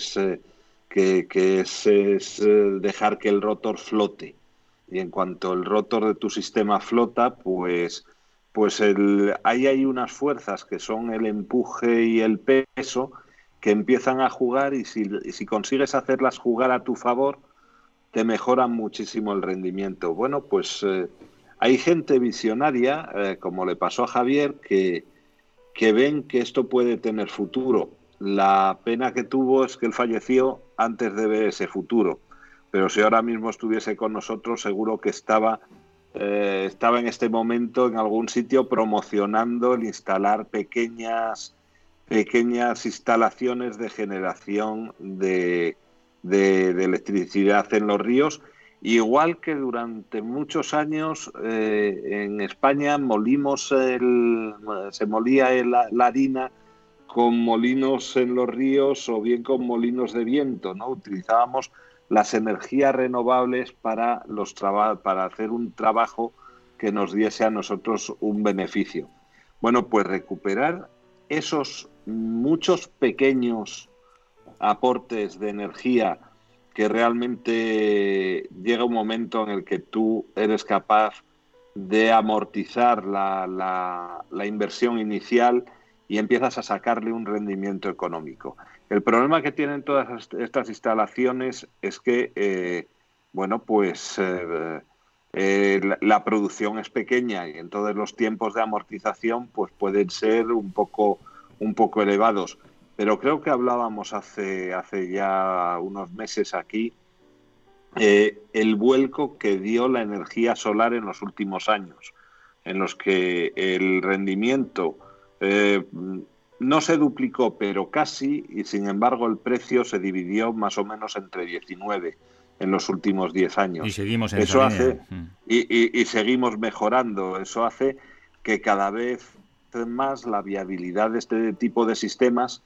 es dejar que el rotor flote. Y en cuanto el rotor de tu sistema flota, pues ahí hay unas fuerzas que son el empuje y el peso que empiezan a jugar, y si consigues hacerlas jugar a tu favor, te mejoran muchísimo el rendimiento. Bueno, pues hay gente visionaria, como le pasó a Javier, que ven que esto puede tener futuro. La pena que tuvo es que él falleció antes de ver ese futuro. Pero si ahora mismo estuviese con nosotros, seguro que estaba en este momento en algún sitio promocionando el instalar pequeñas instalaciones de generación de electricidad en los ríos, igual que durante muchos años en España se molía la harina con molinos en los ríos o bien con molinos de viento, ¿no? Utilizábamos las energías renovables para hacer un trabajo que nos diese a nosotros un beneficio. Bueno, pues recuperar esos muchos pequeños aportes de energía, que realmente llega un momento en el que tú eres capaz de amortizar la inversión inicial y empiezas a sacarle un rendimiento económico. El problema que tienen todas estas instalaciones es que, la producción es pequeña, y entonces los tiempos de amortización pues pueden ser un poco elevados. Pero creo que hablábamos hace ya unos meses aquí el vuelco que dio la energía solar en los últimos años, en los que el rendimiento no se duplicó, pero casi, y sin embargo el precio se dividió más o menos entre 19 en los últimos 10 años. Y seguimos en eso esa hace línea. y seguimos mejorando. Eso hace que cada vez más la viabilidad de este tipo de sistemas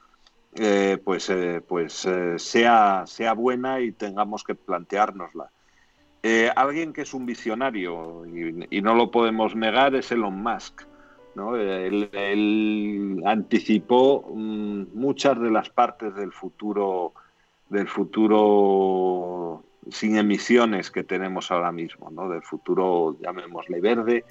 sea buena y tengamos que planteárnosla. Alguien que es un visionario y no lo podemos negar es Elon Musk, ¿no? Él anticipó muchas de las partes del futuro sin emisiones que tenemos ahora mismo, ¿no? Del futuro, llamémosle verde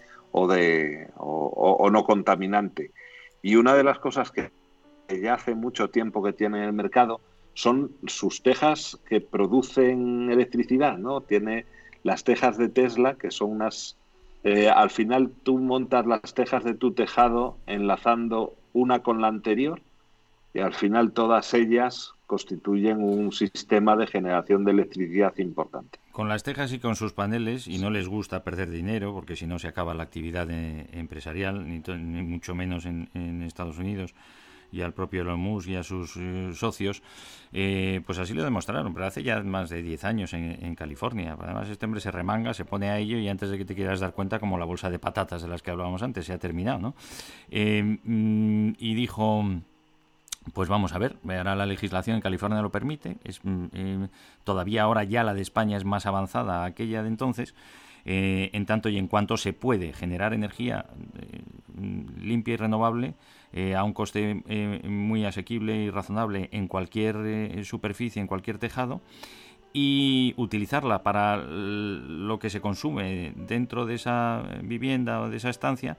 o no contaminante. Y una de las cosas que ya hace mucho tiempo que tiene en el mercado son sus tejas que producen electricidad, ¿no? Tiene las tejas de Tesla, que son unas... al final tú montas las tejas de tu tejado enlazando una con la anterior, y al final todas ellas constituyen un sistema de generación de electricidad importante. Con las tejas y con sus paneles, y no les gusta perder dinero, porque si no se acaba la actividad empresarial, ni mucho menos en Estados Unidos. y al propio Elon Musk y a sus socios, pues así lo demostraron, pero hace ya más de 10 años en California. Además, este hombre se remanga, se pone a ello y antes de que te quieras dar cuenta, como la bolsa de patatas de las que hablábamos antes, se ha terminado, ¿no? Y dijo... Pues vamos a ver, ahora la legislación en California lo permite, todavía ahora ya la de España es más avanzada a aquella de entonces, en tanto y en cuanto se puede generar energía limpia y renovable a un coste muy asequible y razonable en cualquier superficie, en cualquier tejado, y utilizarla para lo que se consume dentro de esa vivienda o de esa estancia,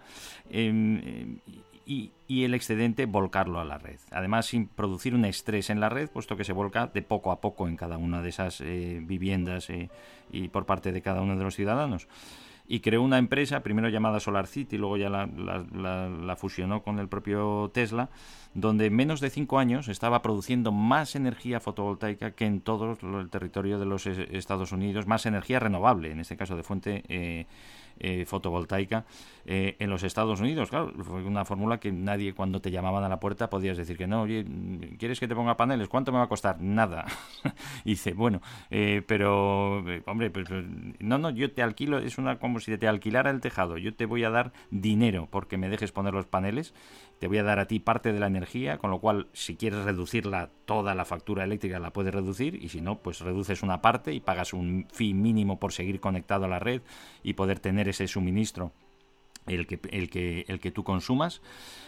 y el excedente volcarlo a la red. Además, sin producir un estrés en la red, puesto que se volca de poco a poco en cada una de esas viviendas y por parte de cada uno de los ciudadanos. Y creó una empresa, primero llamada SolarCity, luego ya la fusionó con el propio Tesla, donde en menos de 5 años estaba produciendo más energía fotovoltaica que en todo el territorio de los Estados Unidos, más energía renovable, en este caso de fuente fotovoltaica, en los Estados Unidos. Claro, fue una fórmula que nadie, cuando te llamaban a la puerta, podías decir que no. Oye, ¿quieres que te ponga paneles? ¿Cuánto me va a costar? Nada. Y dice, bueno, pero hombre, pues no, yo te alquilo, es como si te alquilara el tejado. Yo te voy a dar dinero porque me dejes poner los paneles, te voy a dar a ti parte de la energía, con lo cual, si quieres reducirla, toda la factura eléctrica la puedes reducir, y si no, pues reduces una parte y pagas un fee mínimo por seguir conectado a la red y poder tener ese suministro, el que tú consumas,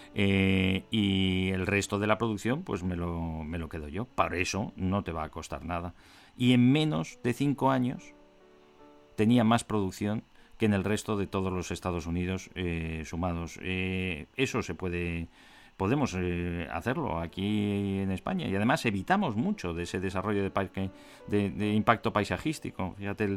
y el resto de la producción pues me lo quedo yo. Para eso no te va a costar nada, y en menos de 5 años tenía más producción que en el resto de todos los Estados Unidos sumados. Eso podemos hacerlo aquí en España, y además evitamos mucho de ese desarrollo de impacto paisajístico. Fíjate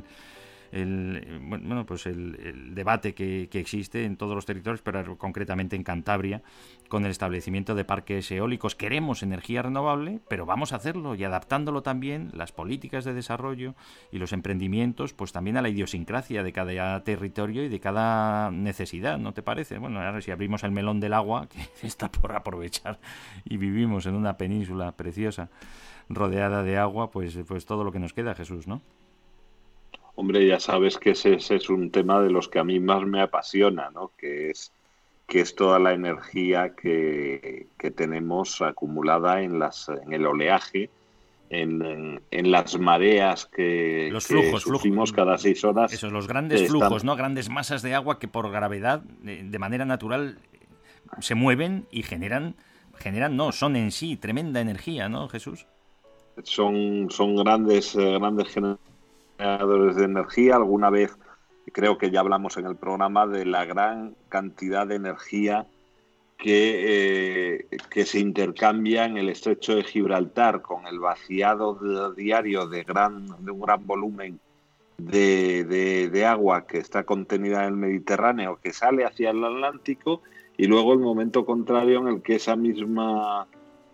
el debate que existe en todos los territorios, pero concretamente en Cantabria, con el establecimiento de parques eólicos. Queremos energía renovable, pero vamos a hacerlo, y adaptándolo también, las políticas de desarrollo y los emprendimientos, pues también a la idiosincrasia de cada territorio y de cada necesidad, ¿no te parece? Bueno, ahora si abrimos el melón del agua, que está por aprovechar, y vivimos en una península preciosa rodeada de agua, pues todo lo que nos queda, Jesús, ¿no? Hombre, ya sabes que ese es un tema de los que a mí más me apasiona, ¿no? Que es toda la energía que tenemos acumulada en el oleaje, en las mareas que sufrimos cada 6 horas. Esos, los grandes flujos, ¿no? Grandes masas de agua que por gravedad, de manera natural, se mueven y son en sí tremenda energía, ¿no, Jesús? Son grandes generadores de energía. Alguna vez creo que ya hablamos en el programa de la gran cantidad de energía que se intercambia en el estrecho de Gibraltar, con el vaciado diario de un gran volumen de agua que está contenida en el Mediterráneo, que sale hacia el Atlántico, y luego el momento contrario en el que esa misma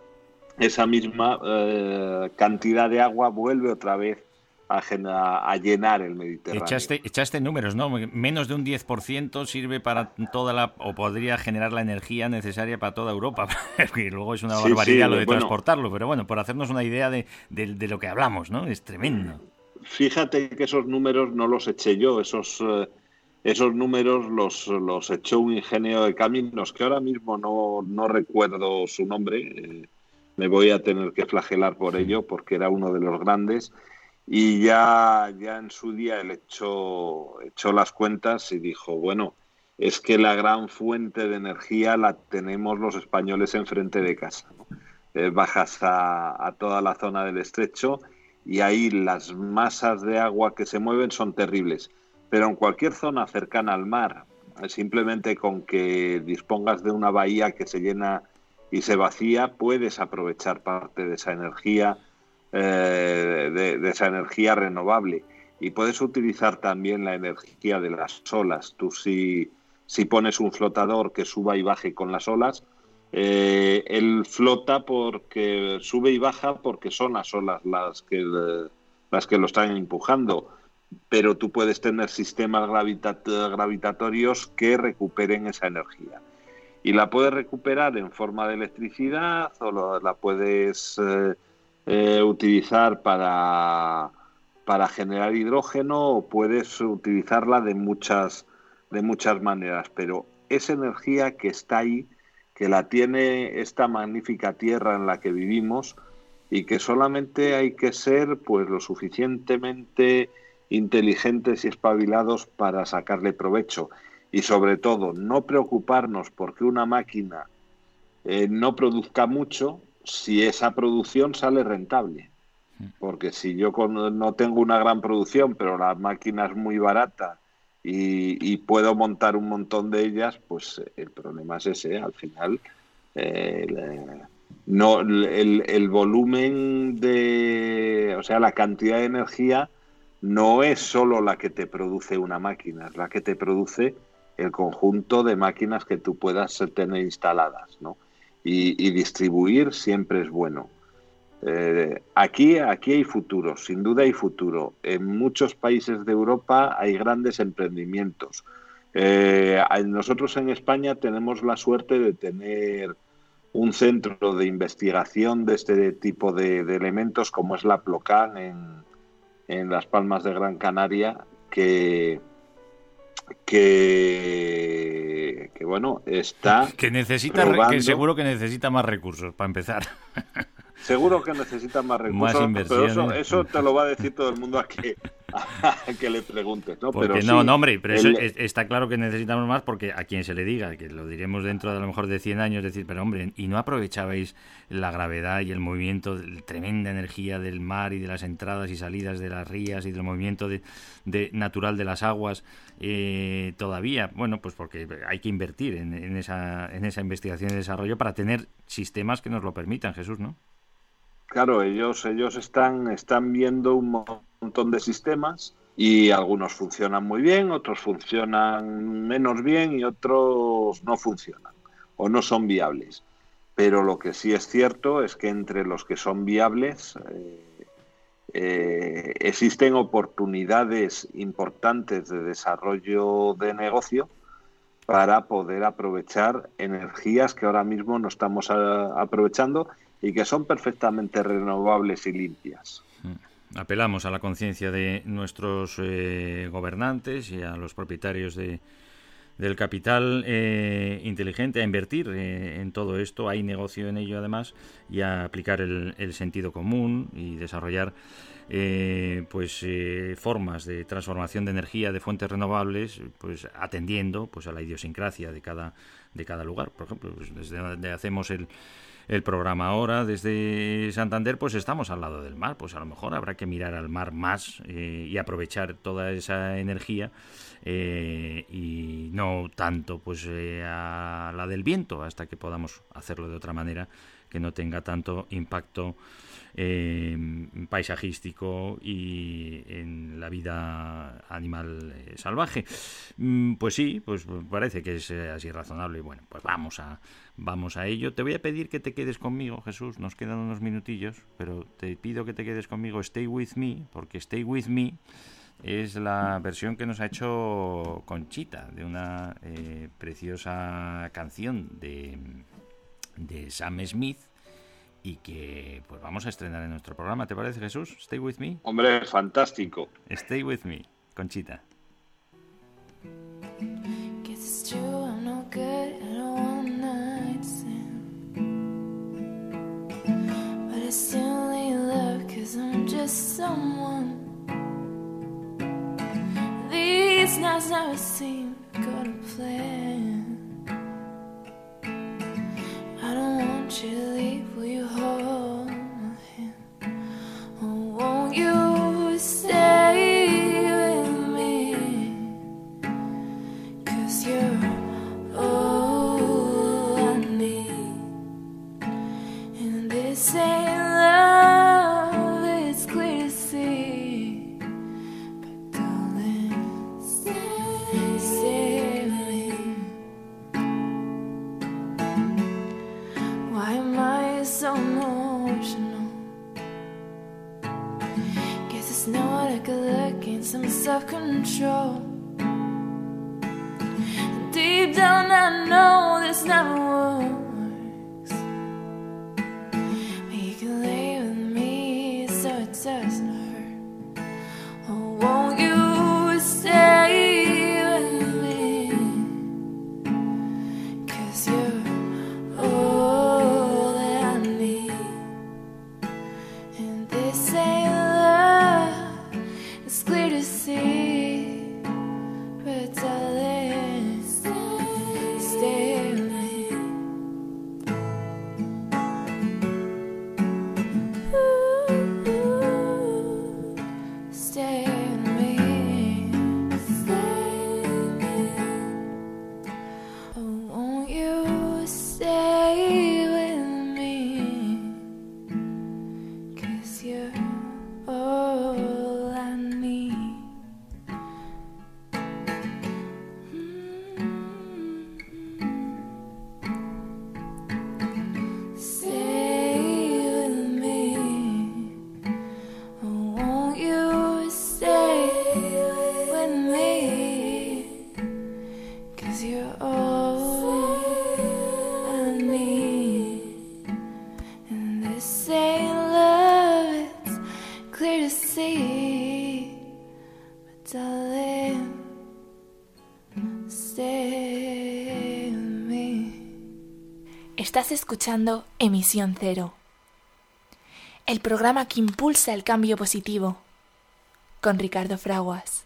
cantidad de agua vuelve otra vez a llenar el Mediterráneo. Echaste números, ¿no? Menos de un 10% sirve para o podría generar la energía necesaria para toda Europa. Y luego es una barbaridad lo de transportarlo, pero bueno, por hacernos una idea de lo que hablamos, ¿no? Es tremendo. Fíjate que esos números no los eché yo, esos números los echó un ingeniero de caminos que ahora mismo no recuerdo su nombre. Me voy a tener que flagelar por ello, porque era uno de los grandes. Y ya en su día él echó las cuentas y dijo, bueno, es que la gran fuente de energía la tenemos los españoles enfrente de casa, ¿no? Bajas a toda la zona del estrecho y ahí las masas de agua que se mueven son terribles. Pero en cualquier zona cercana al mar, simplemente con que dispongas de una bahía que se llena y se vacía, puedes aprovechar parte de esa energía, de esa energía renovable, y puedes utilizar también la energía de las olas. Tú si pones un flotador que suba y baje con las olas, él flota porque sube y baja porque son las olas las que lo están empujando, pero tú puedes tener sistemas gravitatorios que recuperen esa energía. y la puedes recuperar en forma de electricidad o la puedes utilizar para generar hidrógeno, o puedes utilizarla de muchas maneras, pero es energía que está ahí, que la tiene esta magnífica tierra en la que vivimos, y que solamente hay que ser pues lo suficientemente inteligentes y espabilados para sacarle provecho. Y sobre todo, no preocuparnos porque una máquina no produzca mucho si esa producción sale rentable. Porque si yo no tengo una gran producción, pero la máquina es muy barata y puedo montar un montón de ellas, pues el problema es ese. Al final, el volumen o sea, la cantidad de energía no es solo la que te produce una máquina, es la que te produce el conjunto de máquinas que tú puedas tener instaladas, ¿no? Y distribuir siempre es bueno. Aquí hay futuro, sin duda hay futuro. En muchos países de Europa hay grandes emprendimientos. Nosotros en España tenemos la suerte de tener un centro de investigación de este tipo de elementos, como es la Plocan en Las Palmas de Gran Canaria, que bueno, está que seguro que necesita más recursos para empezar. Seguro que necesita más recursos, más inversiones. Pero eso te lo va a decir todo el mundo a que le preguntes, ¿no? Porque pero hombre, pero eso está claro que necesitamos más, porque a quien se le diga, que lo diremos dentro de a lo mejor de 100 años, decir, pero hombre, ¿y no aprovechabais la gravedad y el movimiento, la tremenda energía del mar y de las entradas y salidas de las rías y del movimiento natural de las aguas todavía? Bueno, pues porque hay que invertir en esa investigación y desarrollo para tener sistemas que nos lo permitan, Jesús, ¿no? Claro, ellos están viendo un montón de sistemas, y algunos funcionan muy bien, otros funcionan menos bien y otros no funcionan o no son viables. Pero lo que sí es cierto es que entre los que son viables existen oportunidades importantes de desarrollo de negocio para poder aprovechar energías que ahora mismo no estamos aprovechando y que son perfectamente renovables y limpias. Apelamos a la conciencia de nuestros gobernantes y a los propietarios del capital inteligente a invertir en todo esto. Hay negocio en ello, además, y a aplicar el sentido común y desarrollar formas de transformación de energía de fuentes renovables, pues atendiendo pues a la idiosincrasia de cada lugar. Por ejemplo, pues desde donde hacemos el programa ahora, desde Santander, pues estamos al lado del mar, pues a lo mejor habrá que mirar al mar más y aprovechar toda esa energía y no tanto pues a la del viento, hasta que podamos hacerlo de otra manera que no tenga tanto impacto paisajístico y en la vida animal salvaje. Pues sí, pues parece que es así razonable. Y bueno, pues vamos a ello. Te voy a pedir que te quedes conmigo, Jesús. Nos quedan unos minutillos, pero te pido que te quedes conmigo. Stay with me, porque Stay with me es la versión que nos ha hecho Conchita de una preciosa canción de Sam Smith, y que pues vamos a estrenar en nuestro programa. ¿Te parece, Jesús? Stay with me. Hombre, fantástico. Stay with me, Conchita. These nights never seem to go to plan. I don't want you to leave. Will you hold my hand? Or won't you stay with me? 'Cause you're all I need. And this ain't love, it's clear to see. But darling, stay with me. Why am I so emotional? Guess it's not what I could look in, some self-control. Deep down I know this it's not worse. You can lay with me so it doesn't hurt. Oh, won't you stay with me? 'Cause you're all that I need. And this ain't love, it's clear to see. But darling, stay with me. Ooh, stay with me. Stay with me. Oh, won't you stay with me? 'Cause you're all I need. Stay with me. Oh, won't you stay with me? 'Cause you're all I need. And this ain't love, it's clear to see. But darling, stay with me. Estás escuchando Emisión Cero, el programa que impulsa el cambio positivo, con Ricardo Fraguas.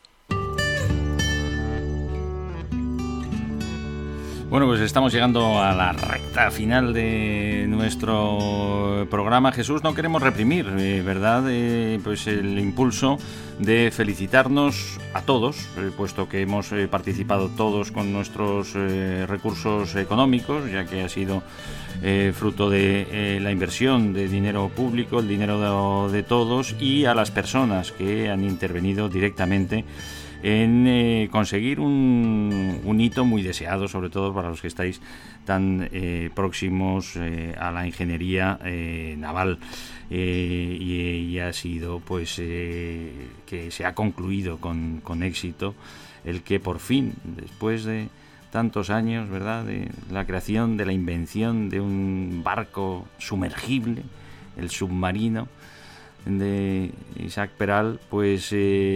Bueno, pues estamos llegando a la recta final de nuestro programa. Jesús, no queremos reprimir, ¿verdad? Pues el impulso de felicitarnos a todos, puesto que hemos participado todos con nuestros recursos económicos, ya que ha sido fruto de la inversión de dinero público, el dinero de todos, y a las personas que han intervenido directamente en conseguir un hito muy deseado, sobre todo para los que estáis tan próximos a la ingeniería naval, y ha sido pues que se ha concluido con éxito el que por fin, después de tantos años, ¿verdad?, de la creación, de la invención de un barco sumergible, el submarino de Isaac Peral, pues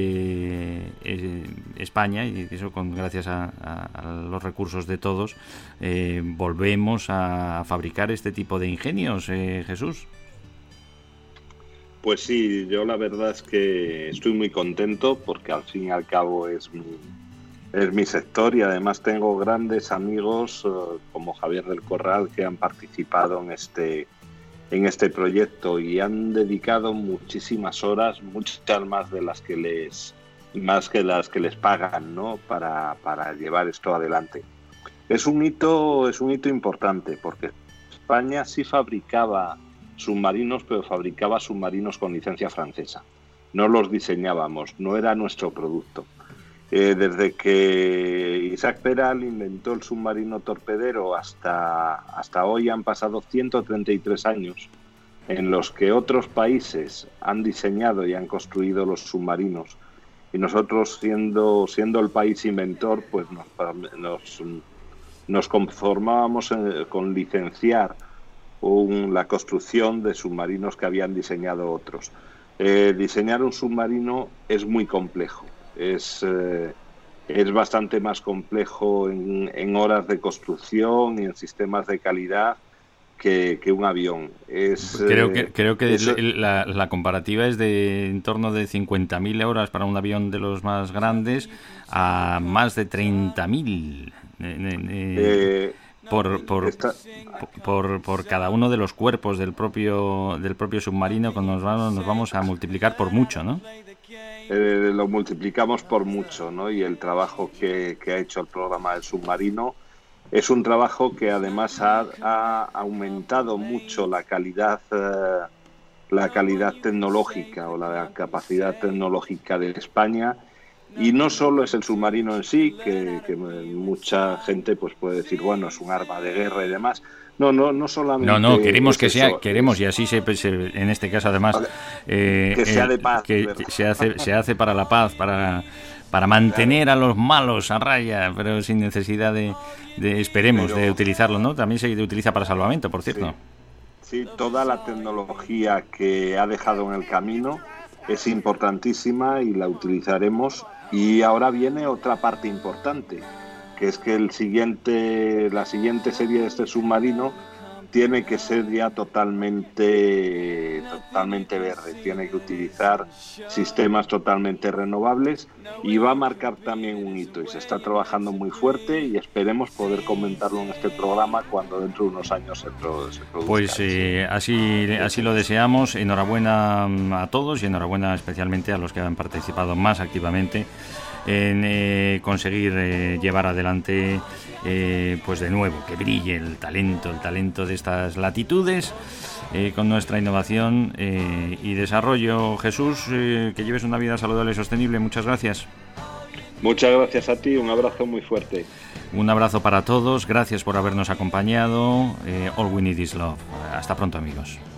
España, y eso gracias a los recursos de todos, volvemos a fabricar este tipo de ingenios, Jesús. Pues sí, yo la verdad es que estoy muy contento porque al fin y al cabo es mi sector, y además tengo grandes amigos como Javier del Corral que han participado en este proyecto y han dedicado muchísimas horas, muchas más de las que les pagan, ¿no?, para llevar esto adelante. Es un hito importante porque España sí fabricaba submarinos, pero fabricaba submarinos con licencia francesa. No los diseñábamos, no era nuestro producto. Desde que Isaac Peral inventó el submarino torpedero hasta hoy han pasado 133 años en los que otros países han diseñado y han construido los submarinos, y nosotros siendo el país inventor, pues nos conformábamos con licenciar la construcción de submarinos que habían diseñado otros. Diseñar un submarino es muy complejo. Es bastante más complejo en horas de construcción y en sistemas de calidad que un avión. Creo que la comparativa es de en torno de 50.000 euros para un avión de los más grandes a más de 30.000 por cada uno de los cuerpos del propio submarino. Cuando nos vamos a multiplicar por mucho, ¿no? Lo multiplicamos por mucho, ¿no? Y el trabajo que ha hecho el programa del submarino es un trabajo que además ha aumentado mucho la calidad tecnológica o la capacidad tecnológica de España, Y no solo es el submarino en sí, que mucha gente pues puede decir, bueno, es un arma de guerra y demás. No solamente. No, queremos que sea, eso, y así en este caso además que sea de paz, que se hace para la paz, para mantener a los malos a raya, pero sin necesidad de esperemos, de utilizarlo, ¿no? También se utiliza para salvamento, por cierto. Sí, toda la tecnología que ha dejado en el camino es importantísima y la utilizaremos. Y ahora viene otra parte importante, que es que la siguiente serie de este submarino tiene que ser ya totalmente verde, tiene que utilizar sistemas totalmente renovables y va a marcar también un hito y se está trabajando muy fuerte y esperemos poder comentarlo en este programa cuando dentro de unos años se produzca. Pues así lo deseamos. Enhorabuena a todos y enhorabuena especialmente a los que han participado más activamente en conseguir llevar adelante pues de nuevo que brille el talento de estas latitudes con nuestra innovación y desarrollo. Jesús, que lleves una vida saludable y sostenible. Muchas gracias. Muchas gracias a ti, un abrazo muy fuerte. Un abrazo para todos, gracias por habernos acompañado. All we need is love. Hasta pronto, amigos.